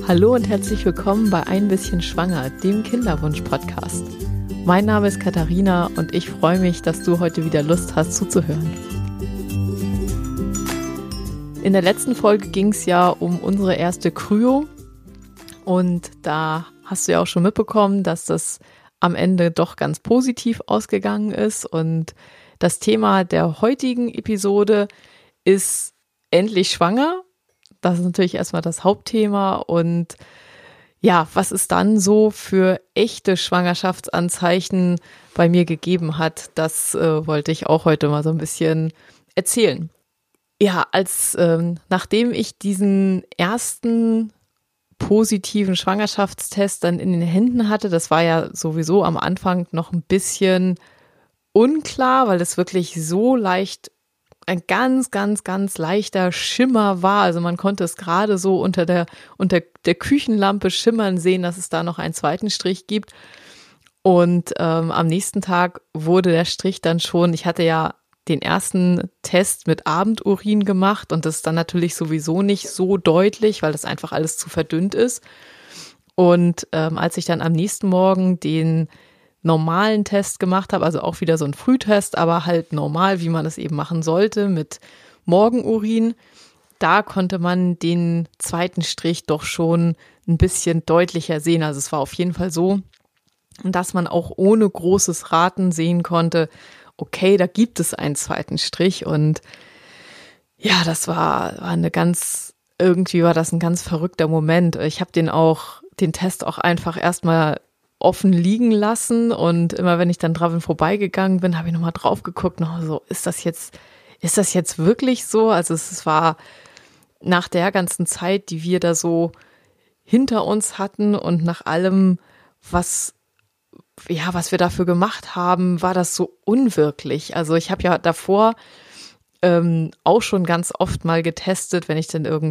Hallo und herzlich willkommen bei Ein bisschen schwanger, dem Kinderwunsch-Podcast. Mein Name ist Katharina und ich freue mich, dass du heute wieder Lust hast zuzuhören. In der letzten Folge ging es ja um unsere erste Kryo und da hast du ja auch schon mitbekommen, dass das am Ende doch ganz positiv ausgegangen ist und das Thema der heutigen Episode ist endlich schwanger. Das ist natürlich erstmal das Hauptthema und ja, was es dann so für echte Schwangerschaftsanzeichen bei mir gegeben hat, das wollte ich auch heute mal so ein bisschen erzählen. Ja, nachdem ich diesen ersten positiven Schwangerschaftstest dann in den Händen hatte, das war ja sowieso am Anfang noch ein bisschen unklar, weil es wirklich so leicht ein ganz, ganz, ganz leichter Schimmer war. Also man konnte es gerade so unter der Küchenlampe schimmern sehen, dass es da noch einen zweiten Strich gibt. Und am nächsten Tag wurde der Strich dann schon, ich hatte ja den ersten Test mit Abendurin gemacht und das ist dann natürlich sowieso nicht so deutlich, weil das einfach alles zu verdünnt ist. Und als ich dann am nächsten Morgen den normalen Test gemacht habe, also auch wieder so ein Frühtest, aber halt normal, wie man es eben machen sollte, mit Morgenurin, da konnte man den zweiten Strich doch schon ein bisschen deutlicher sehen. Also es war auf jeden Fall so, dass man auch ohne großes Raten sehen konnte, okay, da gibt es einen zweiten Strich und ja, das war irgendwie war das ein ganz verrückter Moment. Ich habe den Test auch einfach erstmal offen liegen lassen und immer wenn ich dann dran vorbeigegangen bin, habe ich nochmal drauf geguckt, noch so, ist das jetzt wirklich so? Also es war nach der ganzen Zeit, die wir da so hinter uns hatten und nach allem, was wir dafür gemacht haben, war das so unwirklich. Also ich habe ja davor auch schon ganz oft mal getestet, wenn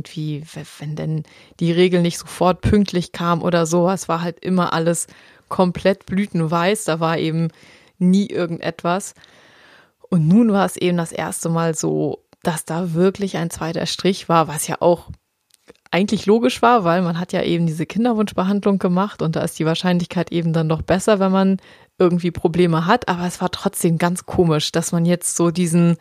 denn die Regel nicht sofort pünktlich kam oder so, es war halt immer alles komplett blütenweiß, da war eben nie irgendetwas. Und nun war es eben das erste Mal so, dass da wirklich ein zweiter Strich war, was ja auch eigentlich logisch war, weil man hat ja eben diese Kinderwunschbehandlung gemacht und da ist die Wahrscheinlichkeit eben dann noch besser, wenn man irgendwie Probleme hat. Aber es war trotzdem ganz komisch, dass man jetzt so diese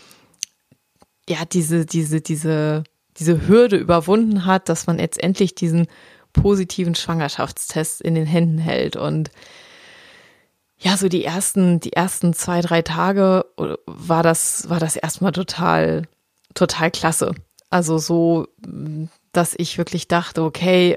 Hürde überwunden hat, dass man jetzt endlich diesen positiven Schwangerschaftstest in den Händen hält. Und ja, so die ersten 2-3 Tage war das erstmal total, total klasse. Also so, dass ich wirklich dachte, okay,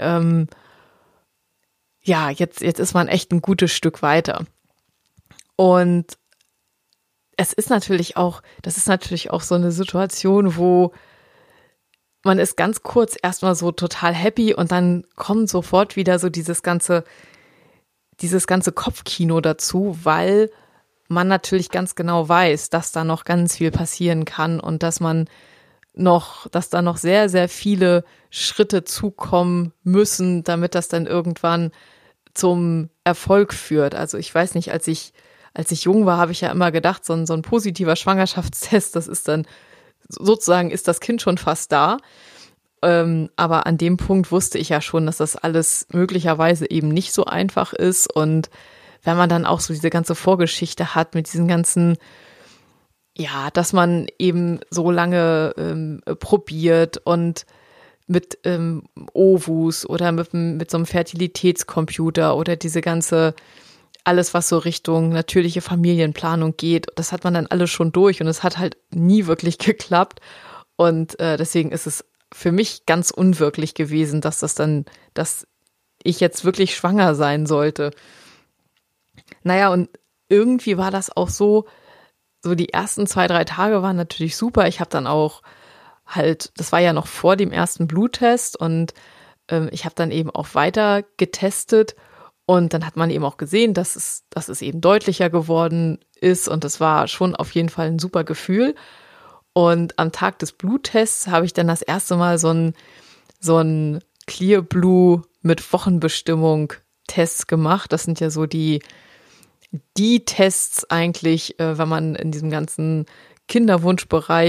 jetzt ist man echt ein gutes Stück weiter. Und das ist natürlich auch so eine Situation, wo man ist ganz kurz erstmal so total happy und dann kommt sofort wieder so dieses ganze Kopfkino dazu, weil man natürlich ganz genau weiß, dass da noch ganz viel passieren kann und dass da noch sehr, sehr viele Schritte zukommen müssen, damit das dann irgendwann zum Erfolg führt. Also ich weiß nicht, als ich jung war, habe ich ja immer gedacht, so ein positiver Schwangerschaftstest, das ist dann sozusagen ist das Kind schon fast da. Aber an dem Punkt wusste ich ja schon, dass das alles möglicherweise eben nicht so einfach ist. Und wenn man dann auch so diese ganze Vorgeschichte hat mit diesen ganzen, ja, dass man eben so lange probiert und mit Ovus oder mit so einem Fertilitätscomputer oder diese ganze, alles, was so Richtung natürliche Familienplanung geht, das hat man dann alles schon durch und es hat halt nie wirklich geklappt. Und deswegen ist es für mich ganz unwirklich gewesen, dass ich jetzt wirklich schwanger sein sollte. Naja, und irgendwie war das auch so die ersten 2-3 Tage waren natürlich super. Ich habe dann auch das war ja noch vor dem ersten Bluttest und ich habe dann eben auch weiter getestet und dann hat man eben auch gesehen, dass es eben deutlicher geworden ist und das war schon auf jeden Fall ein super Gefühl. Und am Tag des Bluttests habe ich dann das erste Mal so ein Clear Blue mit Wochenbestimmung Tests gemacht. Das sind ja so die Tests eigentlich, wenn man in diesem ganzen Kinderwunschbereich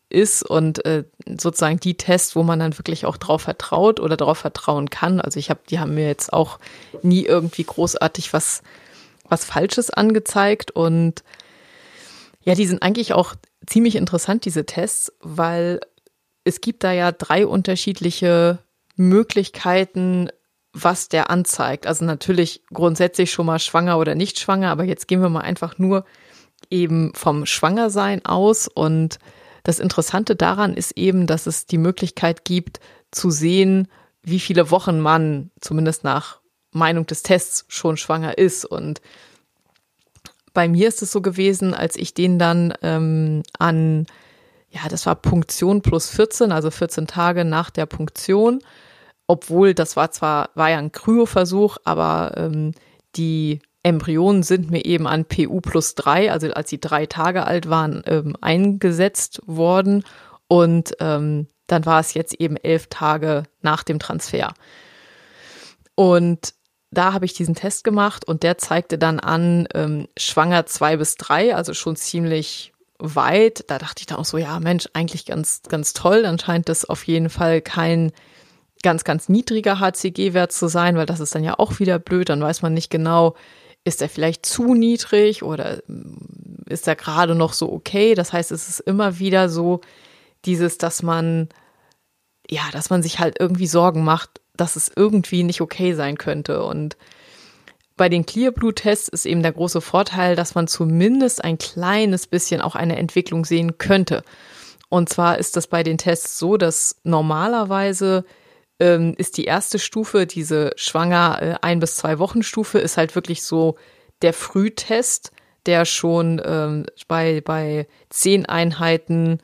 ist und sozusagen die Tests, wo man dann wirklich auch drauf vertraut oder darauf vertrauen kann. Also die haben mir jetzt auch nie irgendwie großartig was Falsches angezeigt und ja, die sind eigentlich auch ziemlich interessant, diese Tests, weil es gibt da ja 3 unterschiedliche Möglichkeiten, was der anzeigt. Also natürlich grundsätzlich schon mal schwanger oder nicht schwanger, aber jetzt gehen wir mal einfach nur eben vom Schwangersein aus. Und das Interessante daran ist eben, dass es die Möglichkeit gibt, zu sehen, wie viele Wochen man zumindest nach Meinung des Tests schon schwanger ist. Und bei mir ist es so gewesen, als ich den dann das war Punktion plus 14, also 14 Tage nach der Punktion, obwohl das war ja ein Kryoversuch, aber die Embryonen sind mir eben an PU plus 3, also als sie 3 Tage alt waren, eingesetzt worden und dann war es jetzt eben 11 Tage nach dem Transfer. Und da habe ich diesen Test gemacht und der zeigte dann an, schwanger 2 bis 3, also schon ziemlich weit. Da dachte ich dann auch so, ja Mensch, eigentlich ganz, ganz toll. Dann scheint das auf jeden Fall kein ganz, ganz niedriger HCG-Wert zu sein, weil das ist dann ja auch wieder blöd. Dann weiß man nicht genau, ist er vielleicht zu niedrig oder ist er gerade noch so okay? Das heißt, es ist immer wieder so dass man sich halt irgendwie Sorgen macht, dass es irgendwie nicht okay sein könnte. Und bei den Clear-Blue-Tests ist eben der große Vorteil, dass man zumindest ein kleines bisschen auch eine Entwicklung sehen könnte. Und zwar ist das bei den Tests so, dass normalerweise ist die erste Stufe, diese schwanger 1 bis 2 Wochen Stufe, ist halt wirklich so der Frühtest, der schon bei 10 Einheiten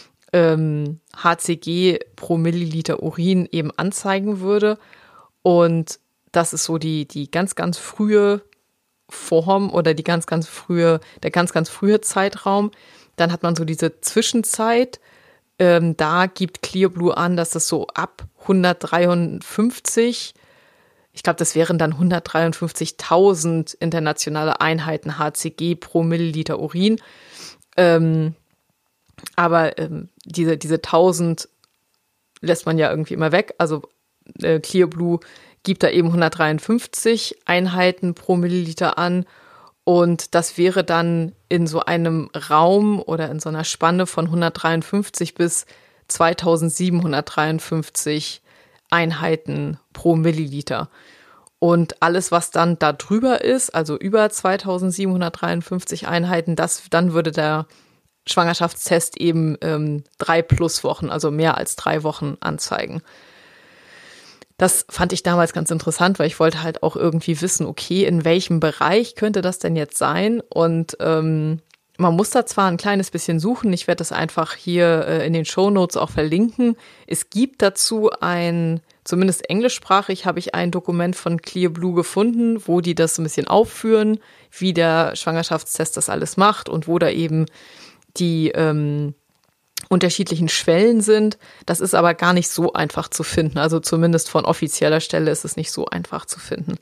HCG pro Milliliter Urin eben anzeigen würde. Und das ist so die ganz, ganz frühe Form oder der ganz, ganz frühe Zeitraum. Dann hat man so diese Zwischenzeit. Da gibt Clearblue an, dass das so ab 153, ich glaube, das wären dann 153.000 internationale Einheiten HCG pro Milliliter Urin. Aber diese 1000 lässt man ja irgendwie immer weg. Also Clearblue gibt da eben 153 Einheiten pro Milliliter an. Und das wäre dann in so einem Raum oder in so einer Spanne von 153 bis 2753 Einheiten pro Milliliter. Und alles, was dann da drüber ist, also über 2753 Einheiten, dann würde der Schwangerschaftstest eben 3 plus Wochen, also mehr als 3 Wochen anzeigen. Das fand ich damals ganz interessant, weil ich wollte halt auch irgendwie wissen, okay, in welchem Bereich könnte das denn jetzt sein? Und man muss da zwar ein kleines bisschen suchen, ich werde das einfach hier in den Shownotes auch verlinken. Es gibt dazu zumindest englischsprachig, habe ich ein Dokument von Clearblue gefunden, wo die das ein bisschen aufführen, wie der Schwangerschaftstest das alles macht und wo da eben die unterschiedlichen Schwellen sind. Das ist aber gar nicht so einfach zu finden. Also zumindest von offizieller Stelle ist es nicht so einfach zu finden.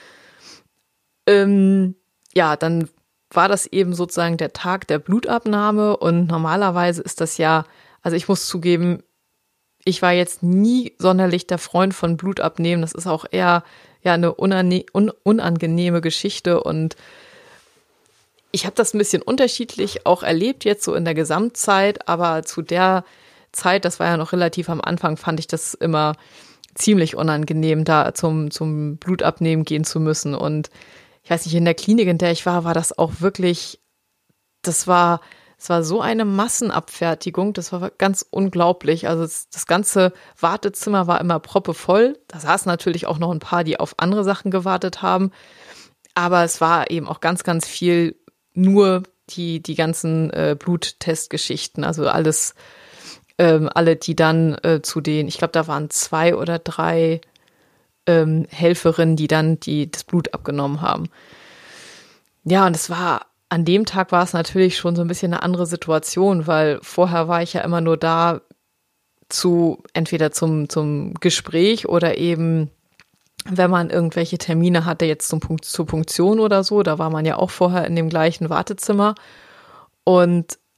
Dann war das eben sozusagen der Tag der Blutabnahme und normalerweise ist das ja, also ich muss zugeben, ich war jetzt nie sonderlich der Freund von Blutabnehmen. Das ist auch eher eine unangenehme Geschichte und ich habe das ein bisschen unterschiedlich auch erlebt jetzt so in der Gesamtzeit, aber zu der Zeit, das war ja noch relativ am Anfang, fand ich das immer ziemlich unangenehm, da zum Blutabnehmen gehen zu müssen. Und ich weiß nicht, in der Klinik, in der ich war das auch wirklich, es war so eine Massenabfertigung, das war ganz unglaublich. Also das ganze Wartezimmer war immer proppevoll. Da saßen natürlich auch noch ein paar, die auf andere Sachen gewartet haben. Aber es war eben auch ganz, ganz viel nur die ganzen Bluttestgeschichten, also alles, alle, die dann zu den, ich glaube, da waren 2 oder 3 Helferinnen, die dann das Blut abgenommen haben. Ja, und an dem Tag war es natürlich schon so ein bisschen eine andere Situation, weil vorher war ich ja immer nur da entweder zum Gespräch oder eben wenn man irgendwelche Termine hatte, jetzt zur Punktion oder so, da war man ja auch vorher in dem gleichen Wartezimmer. Und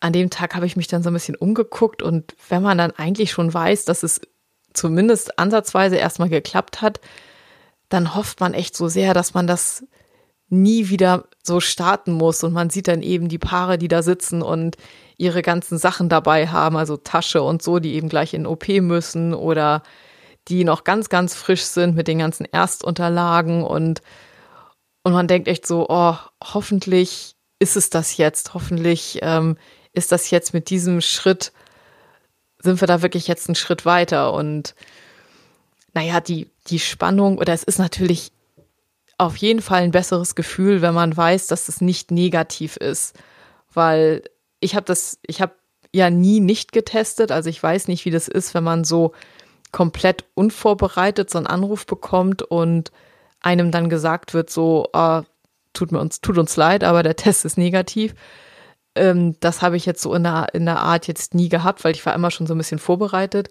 an dem Tag habe ich mich dann so ein bisschen umgeguckt und wenn man dann eigentlich schon weiß, dass es zumindest ansatzweise erstmal geklappt hat, dann hofft man echt so sehr, dass man das nie wieder so starten muss. Und man sieht dann eben die Paare, die da sitzen und ihre ganzen Sachen dabei haben, also Tasche und so, die eben gleich in OP müssen oder die noch ganz, ganz frisch sind mit den ganzen Erstunterlagen und man denkt echt so, oh, hoffentlich ist es das jetzt, hoffentlich ist das jetzt mit diesem Schritt, sind wir da wirklich jetzt einen Schritt weiter und naja, die Spannung oder es ist natürlich auf jeden Fall ein besseres Gefühl, wenn man weiß, dass es nicht negativ ist, weil ich habe ja nie nicht getestet, also ich weiß nicht, wie das ist, wenn man so komplett unvorbereitet so einen Anruf bekommt und einem dann gesagt wird so, tut uns leid, aber der Test ist negativ. Das habe ich jetzt so in der Art jetzt nie gehabt, weil ich war immer schon so ein bisschen vorbereitet.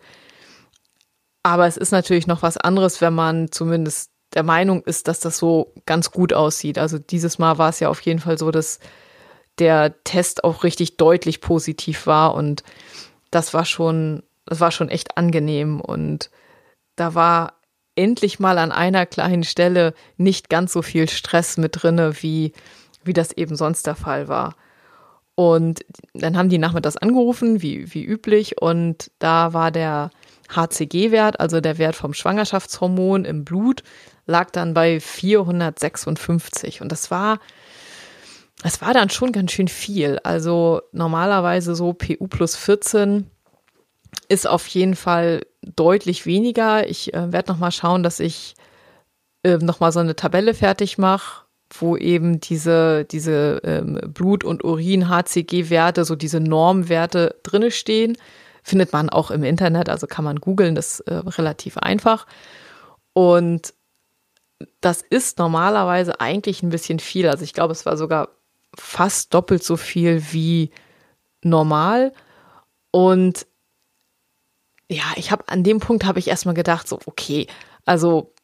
Aber es ist natürlich noch was anderes, wenn man zumindest der Meinung ist, dass das so ganz gut aussieht. Also dieses Mal war es ja auf jeden Fall so, dass der Test auch richtig deutlich positiv war und das war schon echt angenehm und da war endlich mal an einer kleinen Stelle nicht ganz so viel Stress mit drinne, wie das eben sonst der Fall war. Und dann haben die nachmittags angerufen, wie üblich, und da war der HCG-Wert, also der Wert vom Schwangerschaftshormon im Blut, lag dann bei 456 und das war dann schon ganz schön viel. Also normalerweise so PU plus 14 ist auf jeden Fall deutlich weniger. Ich werde nochmal schauen, dass ich nochmal so eine Tabelle fertig mache, wo eben diese Blut- und Urin-HCG-Werte, so diese Normwerte drinne stehen. Findet man auch im Internet, also kann man googeln, das ist relativ einfach. Und das ist normalerweise eigentlich ein bisschen viel. Also ich glaube, es war sogar fast doppelt so viel wie normal. Und ja, an dem Punkt habe ich erstmal gedacht, so, okay, also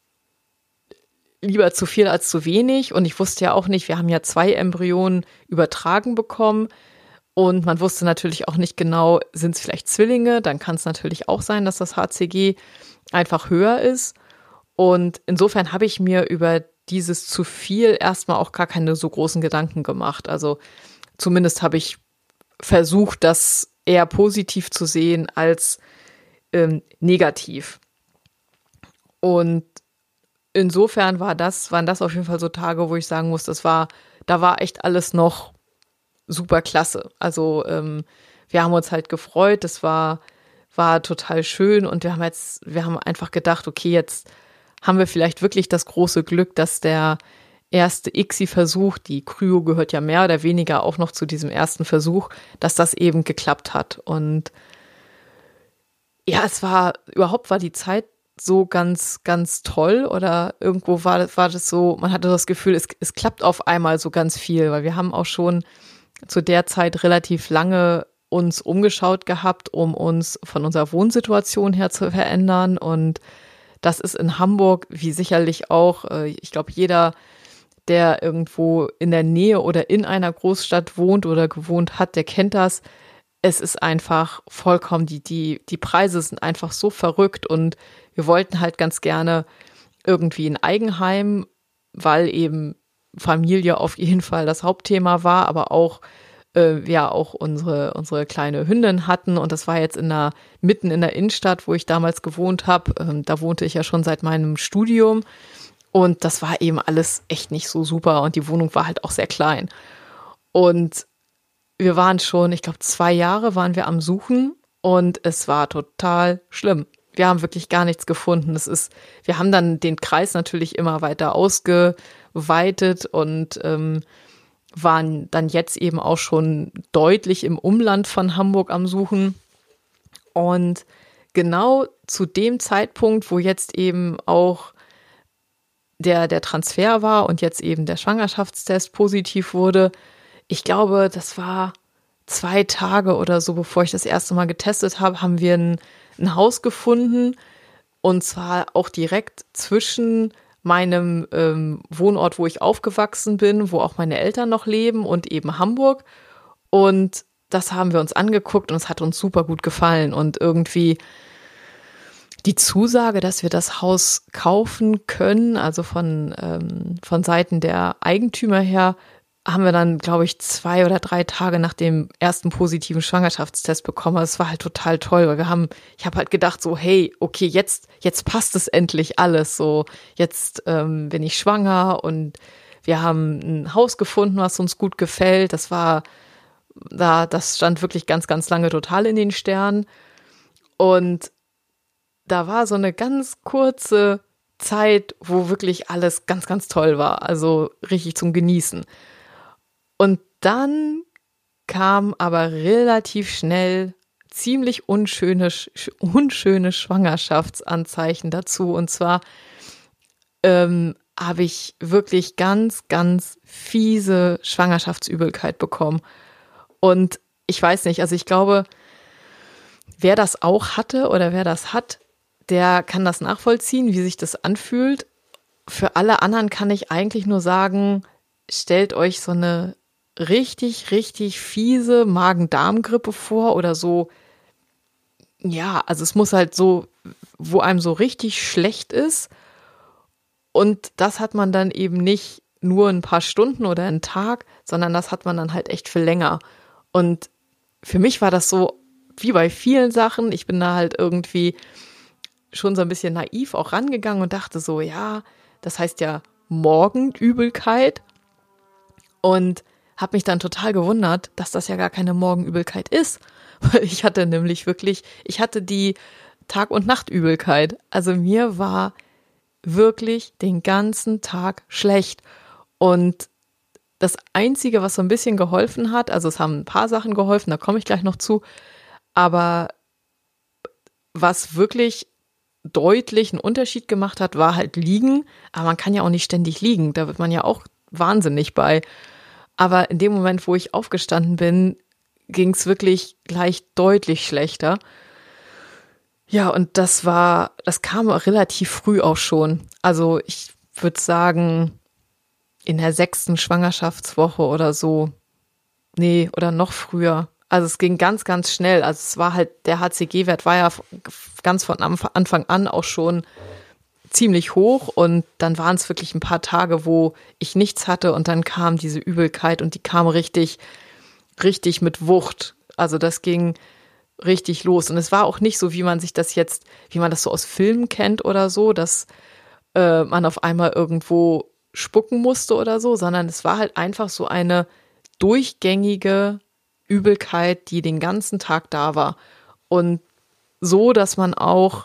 lieber zu viel als zu wenig. Und ich wusste ja auch nicht, wir haben ja 2 Embryonen übertragen bekommen. Und man wusste natürlich auch nicht genau, sind es vielleicht Zwillinge? Dann kann es natürlich auch sein, dass das HCG einfach höher ist. Und insofern habe ich mir über dieses zu viel erstmal auch gar keine so großen Gedanken gemacht. Also zumindest habe ich versucht, das eher positiv zu sehen als negativ. Und insofern waren das auf jeden Fall so Tage, wo ich sagen muss, da war echt alles noch super klasse. Also wir haben uns halt gefreut, das war total schön und wir haben einfach gedacht, okay, jetzt haben wir vielleicht wirklich das große Glück, dass der erste ICSI-Versuch, die Kryo gehört ja mehr oder weniger auch noch zu diesem ersten Versuch, dass das eben geklappt hat. Und ja, war die Zeit so ganz, ganz toll oder irgendwo war das so, man hatte das Gefühl, es klappt auf einmal so ganz viel, weil wir haben auch schon zu der Zeit relativ lange uns umgeschaut gehabt, um uns von unserer Wohnsituation her zu verändern. Und das ist in Hamburg, wie sicherlich auch, ich glaube, jeder, der irgendwo in der Nähe oder in einer Großstadt wohnt oder gewohnt hat, der kennt das. Es ist einfach vollkommen, die Preise sind einfach so verrückt und wir wollten halt ganz gerne irgendwie ein Eigenheim, weil eben Familie auf jeden Fall das Hauptthema war, aber auch auch unsere kleine Hündin hatten und das war jetzt mitten in der Innenstadt, wo ich damals gewohnt habe. Da wohnte ich ja schon seit meinem Studium und das war eben alles echt nicht so super und die Wohnung war halt auch sehr klein. Und wir waren schon, ich glaube 2 Jahre waren wir am Suchen und es war total schlimm. Wir haben wirklich gar nichts gefunden. Wir haben dann den Kreis natürlich immer weiter ausgeweitet und waren dann jetzt eben auch schon deutlich im Umland von Hamburg am Suchen. Und genau zu dem Zeitpunkt, wo jetzt eben auch der Transfer war und jetzt eben der Schwangerschaftstest positiv wurde, ich glaube, das war 2 Tage oder so, bevor ich das erste Mal getestet habe, haben wir ein Haus gefunden und zwar auch direkt zwischen meinem Wohnort, wo ich aufgewachsen bin, wo auch meine Eltern noch leben und eben Hamburg. Und das haben wir uns angeguckt und es hat uns super gut gefallen. Und irgendwie die Zusage, dass wir das Haus kaufen können, also von Seiten der Eigentümer her, haben wir dann, glaube ich, 2 oder 3 Tage nach dem ersten positiven Schwangerschaftstest bekommen. Also es war halt total toll, weil ich habe halt gedacht so, hey, okay, jetzt passt es endlich alles. So, jetzt bin ich schwanger und wir haben ein Haus gefunden, was uns gut gefällt. Das stand wirklich ganz, ganz lange total in den Sternen. Und da war so eine ganz kurze Zeit, wo wirklich alles ganz, ganz toll war. Also richtig zum Genießen. Und dann kam aber relativ schnell ziemlich unschöne Schwangerschaftsanzeichen dazu. Und zwar habe ich wirklich ganz, ganz fiese Schwangerschaftsübelkeit bekommen. Und ich weiß nicht, also ich glaube, wer das auch hatte oder wer das hat, der kann das nachvollziehen, wie sich das anfühlt. Für alle anderen kann ich eigentlich nur sagen, stellt euch so eine richtig, richtig fiese Magen-Darm-Grippe vor oder so. Ja, also es muss halt so, wo einem so richtig schlecht ist. Und das hat man dann eben nicht nur ein paar Stunden oder einen Tag, sondern das hat man dann halt echt viel länger. Und für mich war das so wie bei vielen Sachen. Ich bin da halt irgendwie schon so ein bisschen naiv auch rangegangen und dachte so, ja, das heißt ja Morgenübelkeit. Und habe mich dann total gewundert, dass das ja gar keine Morgenübelkeit ist. Weil ich hatte die Tag- und Nachtübelkeit. Also mir war wirklich den ganzen Tag schlecht. Und das Einzige, was so ein bisschen geholfen hat, also es haben ein paar Sachen geholfen, da komme ich gleich noch zu, aber was wirklich deutlich einen Unterschied gemacht hat, war halt liegen. Aber man kann ja auch nicht ständig liegen, da wird man ja auch wahnsinnig bei. Aber in dem Moment, wo ich aufgestanden bin, ging es wirklich gleich deutlich schlechter. Ja, und das kam relativ früh auch schon. Also ich würde sagen, in der 6. Schwangerschaftswoche oder so. Nee, oder noch früher. Also es ging ganz, ganz schnell. Also es war halt, der HCG-Wert war ja ganz von Anfang an auch schon ziemlich hoch und dann waren es wirklich ein paar Tage, wo ich nichts hatte und dann kam diese Übelkeit und die kam richtig, richtig mit Wucht. Also das ging richtig los und es war auch nicht so, wie man das so aus Filmen kennt oder so, dass man auf einmal irgendwo spucken musste oder so, sondern es war halt einfach so eine durchgängige Übelkeit, die den ganzen Tag da war und so, dass man auch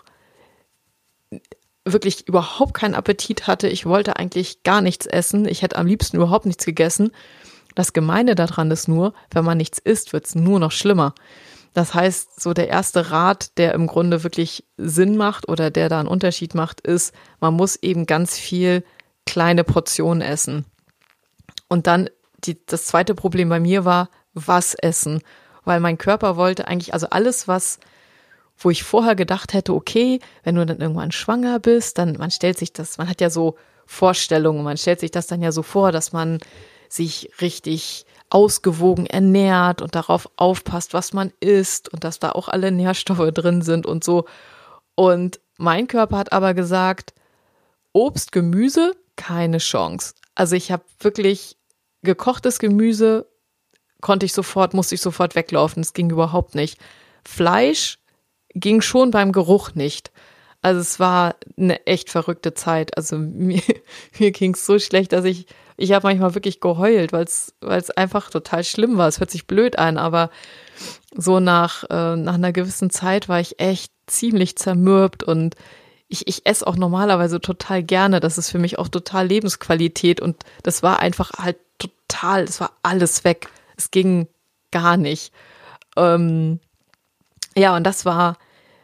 wirklich überhaupt keinen Appetit hatte. Ich wollte eigentlich gar nichts essen. Ich hätte am liebsten überhaupt nichts gegessen. Das Gemeine daran ist nur, wenn man nichts isst, wird es nur noch schlimmer. Das heißt, so der erste Rat, der im Grunde wirklich Sinn macht oder der da einen Unterschied macht, ist, man muss eben ganz viel kleine Portionen essen. Und dann das zweite Problem bei mir war, was essen. Weil mein Körper wollte eigentlich, also alles, wo ich vorher gedacht hätte, okay, wenn du dann irgendwann schwanger bist, dann man hat ja so Vorstellungen, man stellt sich das dann ja so vor, dass man sich richtig ausgewogen ernährt und darauf aufpasst, was man isst und dass da auch alle Nährstoffe drin sind und so. Und mein Körper hat aber gesagt, Obst, Gemüse, keine Chance. Also ich habe wirklich gekochtes Gemüse, musste ich sofort weglaufen, es ging überhaupt nicht. Fleisch ging schon beim Geruch nicht. Also es war eine echt verrückte Zeit. Also mir ging es so schlecht, dass ich habe manchmal wirklich geheult, weil es einfach total schlimm war. Es hört sich blöd an, aber so nach einer gewissen Zeit war ich echt ziemlich zermürbt und ich esse auch normalerweise total gerne. Das ist für mich auch total Lebensqualität und das war einfach halt total, es war alles weg. Es ging gar nicht. Ja, und das war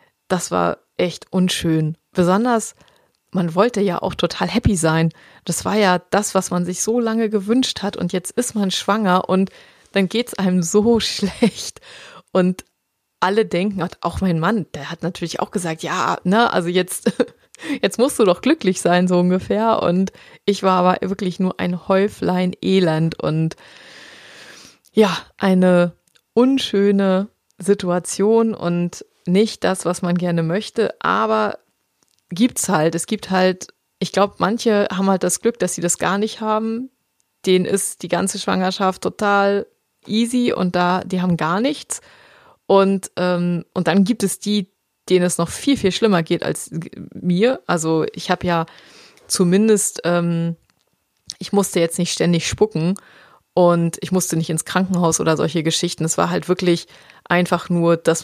echt unschön. Besonders, man wollte ja auch total happy sein. Das war ja das, was man sich so lange gewünscht hat. Und jetzt ist man schwanger und dann geht's einem so schlecht. Und alle denken, auch mein Mann, der hat natürlich auch gesagt, ja, ne, also jetzt musst du doch glücklich sein, so ungefähr. Und ich war aber wirklich nur ein Häuflein Elend und ja, eine unschöne Situation und nicht das, was man gerne möchte, aber gibt's halt. Es gibt halt, ich glaube, manche haben halt das Glück, dass sie das gar nicht haben. Denen ist die ganze Schwangerschaft total easy und die haben gar nichts. Und dann gibt es die, denen es noch viel, viel schlimmer geht als mir. Also ich habe ja zumindest, ich musste jetzt nicht ständig spucken und ich musste nicht ins Krankenhaus oder solche Geschichten. Es war halt wirklich einfach nur, dass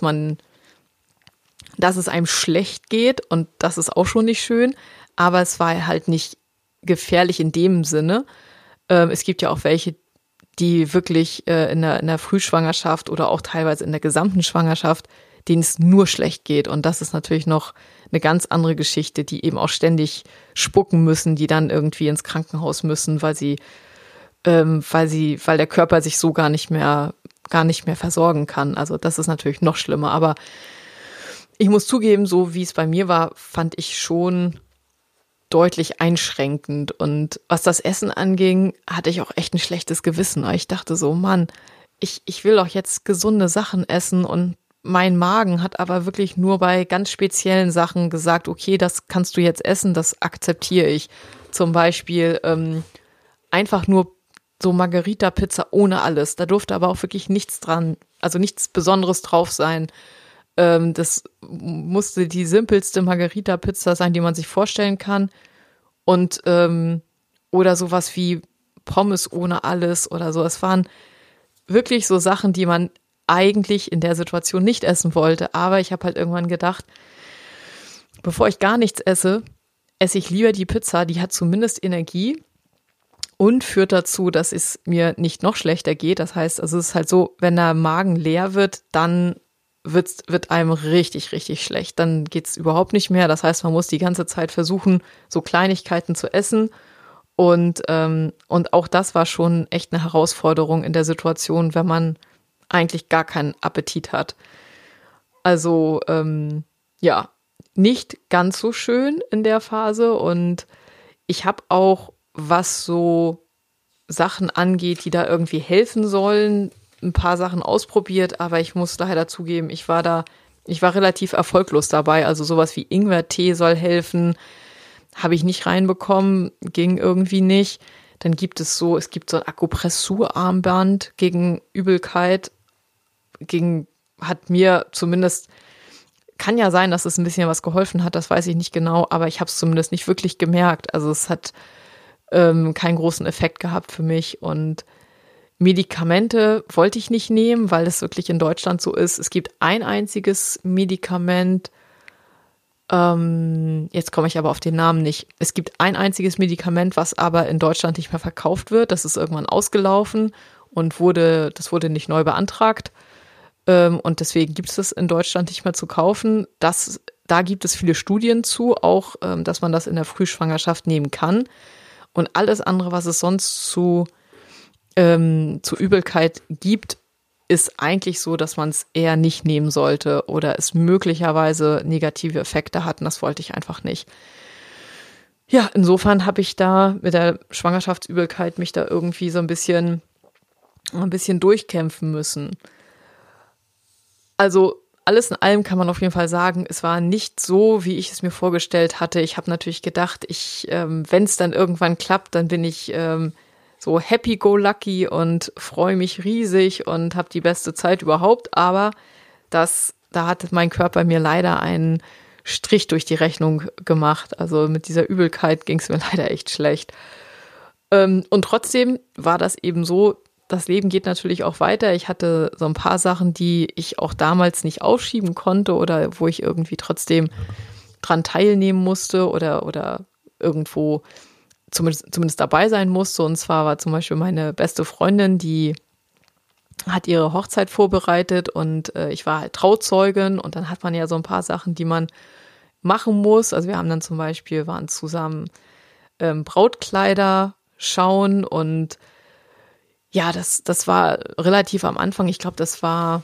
es einem schlecht geht und das ist auch schon nicht schön, aber es war halt nicht gefährlich in dem Sinne. Es gibt ja auch welche, die wirklich in der Frühschwangerschaft oder auch teilweise in der gesamten Schwangerschaft, denen es nur schlecht geht. Und das ist natürlich noch eine ganz andere Geschichte, die eben auch ständig spucken müssen, die dann irgendwie ins Krankenhaus müssen, weil der Körper sich so gar nicht mehr versorgen kann. Also das ist natürlich noch schlimmer. Aber ich muss zugeben, so wie es bei mir war, fand ich schon deutlich einschränkend. Und was das Essen anging, hatte ich auch echt ein schlechtes Gewissen. Ich dachte so, Mann, ich will doch jetzt gesunde Sachen essen und mein Magen hat aber wirklich nur bei ganz speziellen Sachen gesagt, okay, das kannst du jetzt essen, das akzeptiere ich. Zum Beispiel einfach nur so Margarita-Pizza ohne alles. Da durfte aber auch wirklich nichts dran, also nichts Besonderes drauf sein. Das musste die simpelste Margarita-Pizza sein, die man sich vorstellen kann. Und oder sowas wie Pommes ohne alles oder so. Es waren wirklich so Sachen, die man eigentlich in der Situation nicht essen wollte. Aber ich habe halt irgendwann gedacht, bevor ich gar nichts esse, esse ich lieber die Pizza. Die hat zumindest Energie und führt dazu, dass es mir nicht noch schlechter geht. Das heißt, also es ist halt so, wenn der Magen leer wird, dann wird einem richtig, richtig schlecht. Dann geht's überhaupt nicht mehr. Das heißt, man muss die ganze Zeit versuchen, so Kleinigkeiten zu essen. Und auch das war schon echt eine Herausforderung in der Situation, wenn man eigentlich gar keinen Appetit hat. Also ja, nicht ganz so schön in der Phase. Und ich habe auch, was so Sachen angeht, die da irgendwie helfen sollen, ein paar Sachen ausprobiert, aber ich muss leider zugeben, ich war relativ erfolglos dabei. Also sowas wie Ingwertee soll helfen, habe ich nicht reinbekommen, ging irgendwie nicht. Dann gibt es so ein Akupressurarmband gegen Übelkeit, hat mir zumindest, kann ja sein, dass es ein bisschen was geholfen hat, das weiß ich nicht genau, aber ich habe es zumindest nicht wirklich gemerkt. Also es hat keinen großen Effekt gehabt für mich und Medikamente wollte ich nicht nehmen, weil es wirklich in Deutschland so ist. Es gibt ein einziges Medikament, jetzt komme ich aber auf den Namen nicht. Es gibt ein einziges Medikament, was aber in Deutschland nicht mehr verkauft wird. Das ist irgendwann ausgelaufen und das wurde nicht neu beantragt. Und deswegen gibt es das in Deutschland nicht mehr zu kaufen. Da gibt es viele Studien zu, auch, dass man das in der Frühschwangerschaft nehmen kann. Und alles andere, was es sonst zu Übelkeit gibt, ist eigentlich so, dass man es eher nicht nehmen sollte oder es möglicherweise negative Effekte hat und das wollte ich einfach nicht. Ja, insofern habe ich da mit der Schwangerschaftsübelkeit mich da irgendwie so ein bisschen durchkämpfen müssen. Also alles in allem kann man auf jeden Fall sagen, es war nicht so, wie ich es mir vorgestellt hatte. Ich habe natürlich gedacht, wenn es dann irgendwann klappt, dann bin ich so happy-go-lucky und freue mich riesig und habe die beste Zeit überhaupt. Aber da hat mein Körper mir leider einen Strich durch die Rechnung gemacht. Also mit dieser Übelkeit ging es mir leider echt schlecht. Und trotzdem war das eben so, das Leben geht natürlich auch weiter. Ich hatte so ein paar Sachen, die ich auch damals nicht aufschieben konnte oder wo ich irgendwie trotzdem dran teilnehmen musste oder irgendwo zumindest dabei sein musste. Und zwar war zum Beispiel meine beste Freundin, die hat ihre Hochzeit vorbereitet und ich war halt Trauzeugin und dann hat man ja so ein paar Sachen, die man machen muss. Also wir haben dann zum Beispiel, waren zusammen Brautkleider schauen und ja, das war relativ am Anfang. Ich glaube, das war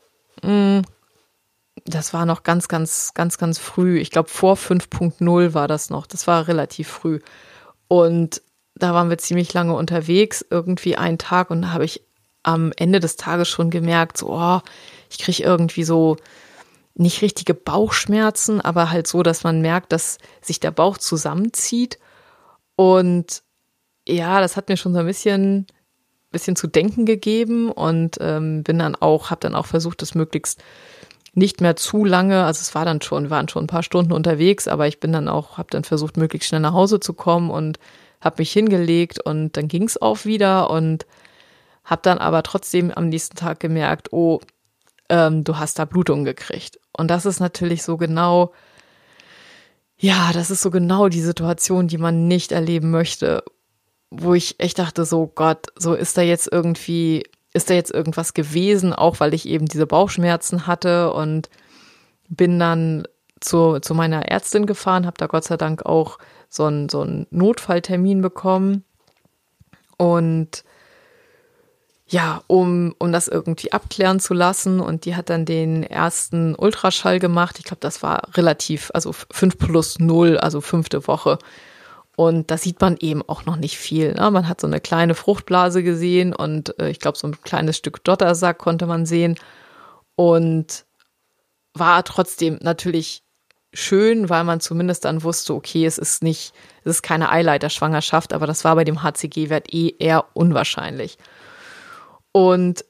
noch ganz, ganz, ganz, ganz früh. Ich glaube, vor 5.0 war das noch. Das war relativ früh. Und da waren wir ziemlich lange unterwegs, irgendwie einen Tag. Und da habe ich am Ende des Tages schon gemerkt, so, ich kriege irgendwie so nicht richtige Bauchschmerzen, aber halt so, dass man merkt, dass sich der Bauch zusammenzieht. Und ja, das hat mir schon so ein bisschen zu denken gegeben und habe dann auch versucht, das möglichst nicht mehr zu lange, also es waren schon ein paar Stunden unterwegs, aber ich habe dann versucht, möglichst schnell nach Hause zu kommen und habe mich hingelegt und dann ging es auch wieder und habe dann aber trotzdem am nächsten Tag gemerkt, du hast da Blutung gekriegt. Und das ist natürlich so genau, ja, das ist so genau die Situation, die man nicht erleben möchte, wo ich echt dachte, so Gott, so ist da jetzt irgendwas gewesen, auch weil ich eben diese Bauchschmerzen hatte und bin dann zu meiner Ärztin gefahren, habe da Gott sei Dank auch so einen Notfalltermin bekommen und ja, um das irgendwie abklären zu lassen und die hat dann den ersten Ultraschall gemacht. Ich glaube, das war relativ, also 5+0, also 5. Woche. Und da sieht man eben auch noch nicht viel. Ne? Man hat so eine kleine Fruchtblase gesehen und ich glaube, so ein kleines Stück Dottersack konnte man sehen. Und war trotzdem natürlich schön, weil man zumindest dann wusste, okay, es ist keine Eileiterschwangerschaft, aber das war bei dem HCG-Wert eher unwahrscheinlich. Und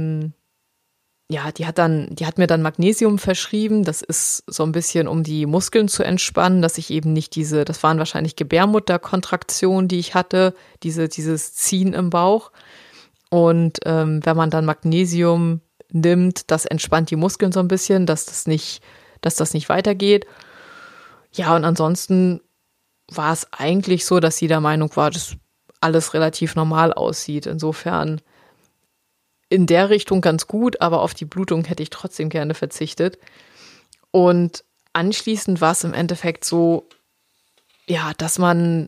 ja, die hat mir dann Magnesium verschrieben. Das ist so ein bisschen, um die Muskeln zu entspannen, dass ich eben nicht das waren wahrscheinlich Gebärmutterkontraktionen, die ich hatte, dieses Ziehen im Bauch. Und wenn man dann Magnesium nimmt, das entspannt die Muskeln so ein bisschen, dass das nicht weitergeht. Ja, und ansonsten war es eigentlich so, dass sie der Meinung war, dass alles relativ normal aussieht. Insofern in der Richtung ganz gut, aber auf die Blutung hätte ich trotzdem gerne verzichtet. Und anschließend war es im Endeffekt so, ja, dass man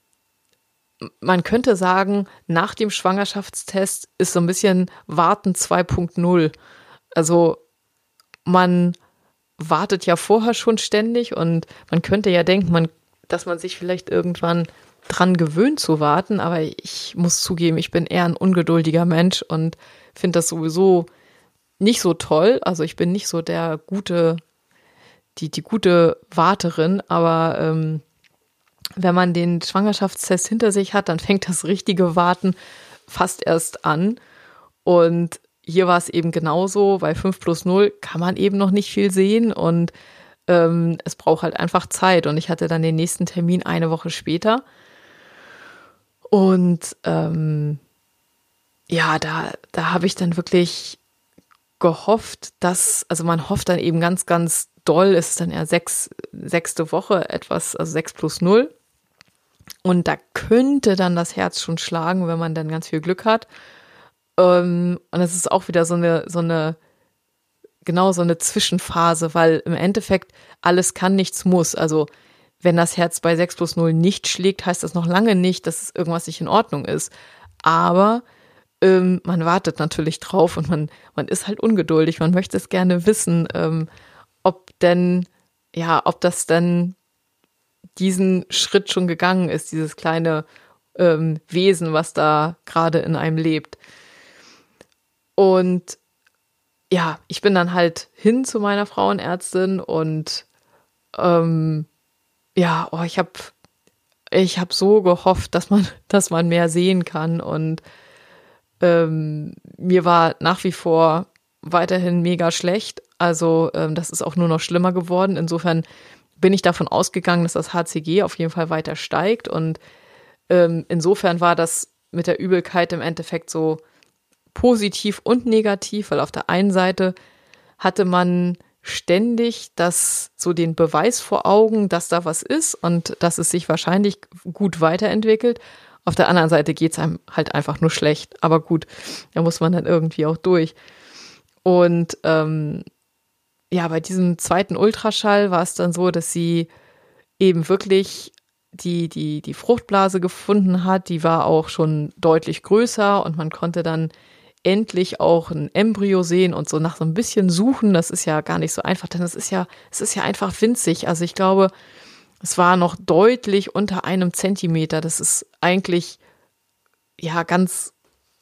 könnte sagen, nach dem Schwangerschaftstest ist so ein bisschen Warten 2.0. Also man wartet ja vorher schon ständig und man könnte ja denken, dass man sich vielleicht irgendwann dran gewöhnt zu warten, aber ich muss zugeben, ich bin eher ein ungeduldiger Mensch und finde das sowieso nicht so toll. Also ich bin nicht so die gute Warterin, aber wenn man den Schwangerschaftstest hinter sich hat, dann fängt das richtige Warten fast erst an. Und hier war es eben genauso, bei 5+0 kann man eben noch nicht viel sehen und es braucht halt einfach Zeit. Und ich hatte dann den nächsten Termin eine Woche später. Und ja, da habe ich dann wirklich gehofft, also man hofft dann eben ganz, ganz doll, es ist dann eher sechste Woche etwas, also 6+0. Und da könnte dann das Herz schon schlagen, wenn man dann ganz viel Glück hat. Und es ist auch wieder so eine Zwischenphase, weil im Endeffekt alles kann, nichts muss. Also wenn das Herz bei 6+0 nicht schlägt, heißt das noch lange nicht, dass irgendwas nicht in Ordnung ist. Aber man wartet natürlich drauf und man ist halt ungeduldig. Man möchte es gerne wissen, ob das denn diesen Schritt schon gegangen ist, dieses kleine Wesen, was da gerade in einem lebt. Und ja, ich bin dann halt hin zu meiner Frauenärztin und ich hab so gehofft, dass man mehr sehen kann und mir war nach wie vor weiterhin mega schlecht. Also das ist auch nur noch schlimmer geworden. Insofern bin ich davon ausgegangen, dass das HCG auf jeden Fall weiter steigt. Und insofern war das mit der Übelkeit im Endeffekt so positiv und negativ, weil auf der einen Seite hatte man ständig den Beweis vor Augen, dass da was ist und dass es sich wahrscheinlich gut weiterentwickelt. Auf der anderen Seite geht es einem halt einfach nur schlecht. Aber gut, da muss man dann irgendwie auch durch. Und bei diesem zweiten Ultraschall war es dann so, dass sie eben wirklich die Fruchtblase gefunden hat. Die war auch schon deutlich größer und man konnte dann endlich auch ein Embryo sehen und so nach so ein bisschen suchen. Das ist ja gar nicht so einfach, denn es ist ja einfach winzig. Also ich glaube, es war noch deutlich unter 1 Zentimeter. Das ist eigentlich ja ganz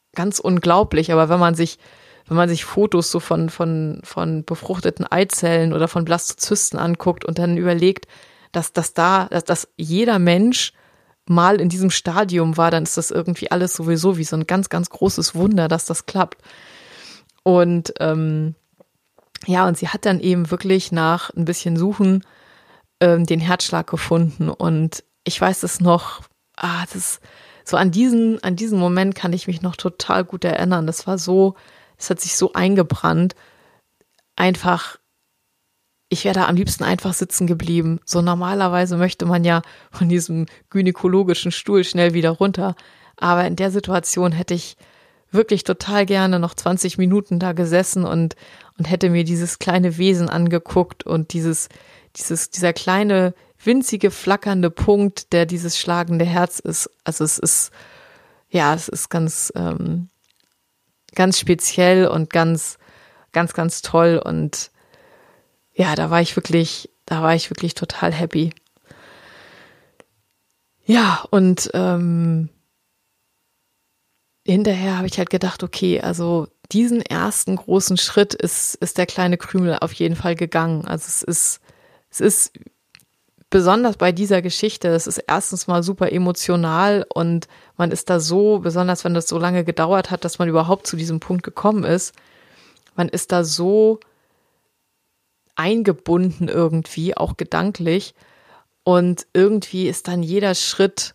ganz unglaublich. Aber wenn man sich Fotos so von befruchteten Eizellen oder von Blastozysten anguckt und dann überlegt, dass jeder Mensch mal in diesem Stadium war, dann ist das irgendwie alles sowieso wie so ein ganz, ganz großes Wunder, dass das klappt. Und und sie hat dann eben wirklich nach ein bisschen Suchen den Herzschlag gefunden. Und ich weiß es noch, an diesen Moment kann ich mich noch total gut erinnern. Das hat sich so eingebrannt. Einfach, ich wäre da am liebsten einfach sitzen geblieben. So normalerweise möchte man ja von diesem gynäkologischen Stuhl schnell wieder runter. Aber in der Situation hätte ich wirklich total gerne noch 20 Minuten da gesessen und hätte mir dieses kleine Wesen angeguckt und dieser kleine, winzige, flackernde Punkt, der dieses schlagende Herz ist. Also es ist ganz, ganz speziell und ganz, ganz, ganz toll. Und ja, da war ich wirklich total happy. Ja, und hinterher habe ich halt gedacht, okay, also diesen ersten großen Schritt ist der kleine Krümel auf jeden Fall gegangen. Also es ist besonders bei dieser Geschichte, es ist erstens mal super emotional und man ist da so, besonders wenn das so lange gedauert hat, dass man überhaupt zu diesem Punkt gekommen ist, man ist da so eingebunden irgendwie, auch gedanklich, und irgendwie ist dann jeder Schritt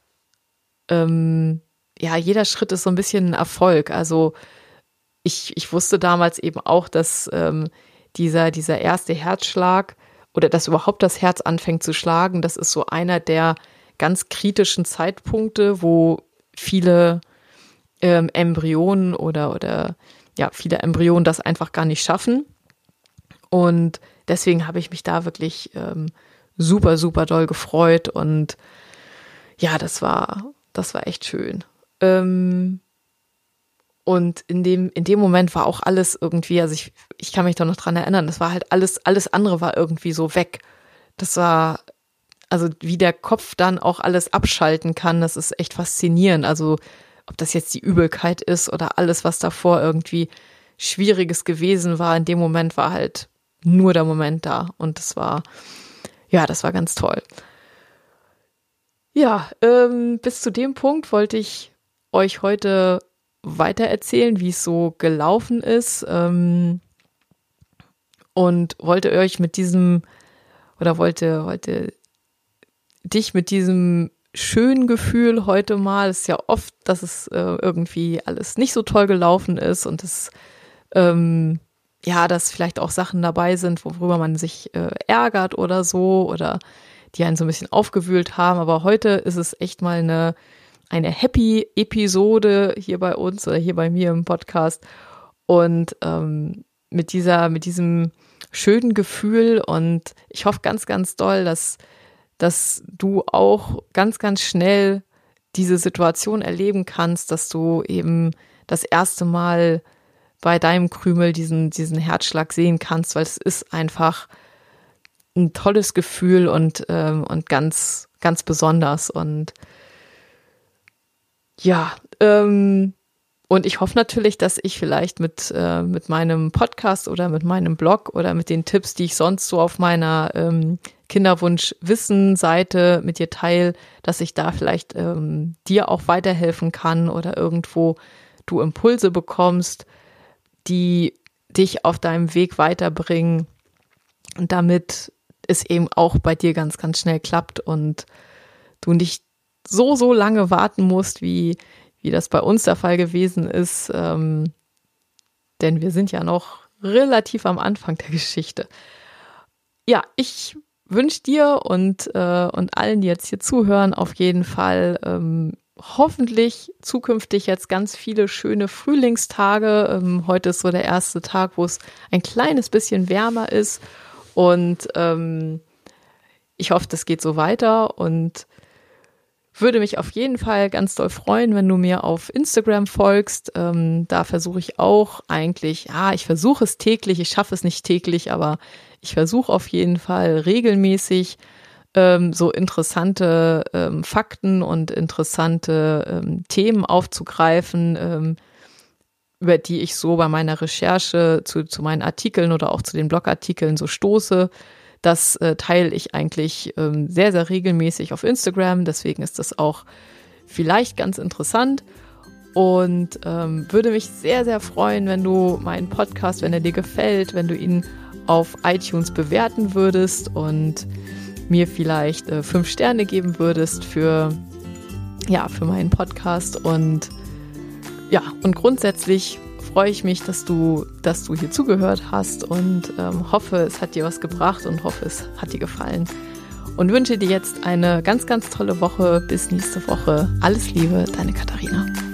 ist so ein bisschen ein Erfolg. Also ich wusste damals eben auch, dass dieser erste Herzschlag oder dass überhaupt das Herz anfängt zu schlagen, das ist so einer der ganz kritischen Zeitpunkte, wo viele Embryonen oder viele Embryonen das einfach gar nicht schaffen. Und deswegen habe ich mich da wirklich super, super doll gefreut. Und ja, das war echt schön. Und in dem Moment war auch alles irgendwie, also ich kann mich da noch dran erinnern, das war halt alles andere war irgendwie so weg. Das war, also wie der Kopf dann auch alles abschalten kann, das ist echt faszinierend. Also ob das jetzt die Übelkeit ist oder alles, was davor irgendwie Schwieriges gewesen war, in dem Moment war halt nur der Moment da. Und das war ganz toll. Ja, bis zu dem Punkt wollte ich euch heute weiter erzählen, wie es so gelaufen ist, und wollte dich mit diesem schönen Gefühl heute mal, es ist ja oft, dass es irgendwie alles nicht so toll gelaufen ist und es dass vielleicht auch Sachen dabei sind, worüber man sich ärgert oder so oder die einen so ein bisschen aufgewühlt haben, aber heute ist es echt mal eine Happy-Episode hier bei uns oder hier bei mir im Podcast und mit diesem schönen Gefühl, und ich hoffe ganz, ganz doll, dass du auch ganz, ganz schnell diese Situation erleben kannst, dass du eben das erste Mal bei deinem Krümel diesen Herzschlag sehen kannst, weil es ist einfach ein tolles Gefühl und ganz, ganz besonders. Und ja, und ich hoffe natürlich, dass ich vielleicht mit meinem Podcast oder mit meinem Blog oder mit den Tipps, die ich sonst so auf meiner Kinderwunsch-Wissen-Seite mit dir teile, dass ich da vielleicht dir auch weiterhelfen kann oder irgendwo du Impulse bekommst, die dich auf deinem Weg weiterbringen, damit es eben auch bei dir ganz, ganz schnell klappt und du nicht so lange warten musst, wie das bei uns der Fall gewesen ist, denn wir sind ja noch relativ am Anfang der Geschichte. Ja, ich wünsche dir und allen, die jetzt hier zuhören, auf jeden Fall hoffentlich zukünftig jetzt ganz viele schöne Frühlingstage. Heute ist so der erste Tag, wo es ein kleines bisschen wärmer ist, und ich hoffe, das geht so weiter und würde mich auf jeden Fall ganz doll freuen, wenn du mir auf Instagram folgst. Da versuche ich auch eigentlich, ich versuche es täglich, ich schaffe es nicht täglich, aber ich versuche auf jeden Fall regelmäßig so interessante Fakten und interessante Themen aufzugreifen, über die ich so bei meiner Recherche zu meinen Artikeln oder auch zu den Blogartikeln so stoße. Das teile ich eigentlich sehr, sehr regelmäßig auf Instagram. Deswegen ist das auch vielleicht ganz interessant und würde mich sehr, sehr freuen, wenn du meinen Podcast, wenn er dir gefällt, wenn du ihn auf iTunes bewerten würdest und mir vielleicht 5 Sterne geben würdest für meinen Podcast. Und ja, und grundsätzlich freue ich mich, dass du hier zugehört hast und hoffe, es hat dir was gebracht und hoffe, es hat dir gefallen. Und wünsche dir jetzt eine ganz, ganz tolle Woche. Bis nächste Woche. Alles Liebe, deine Katharina.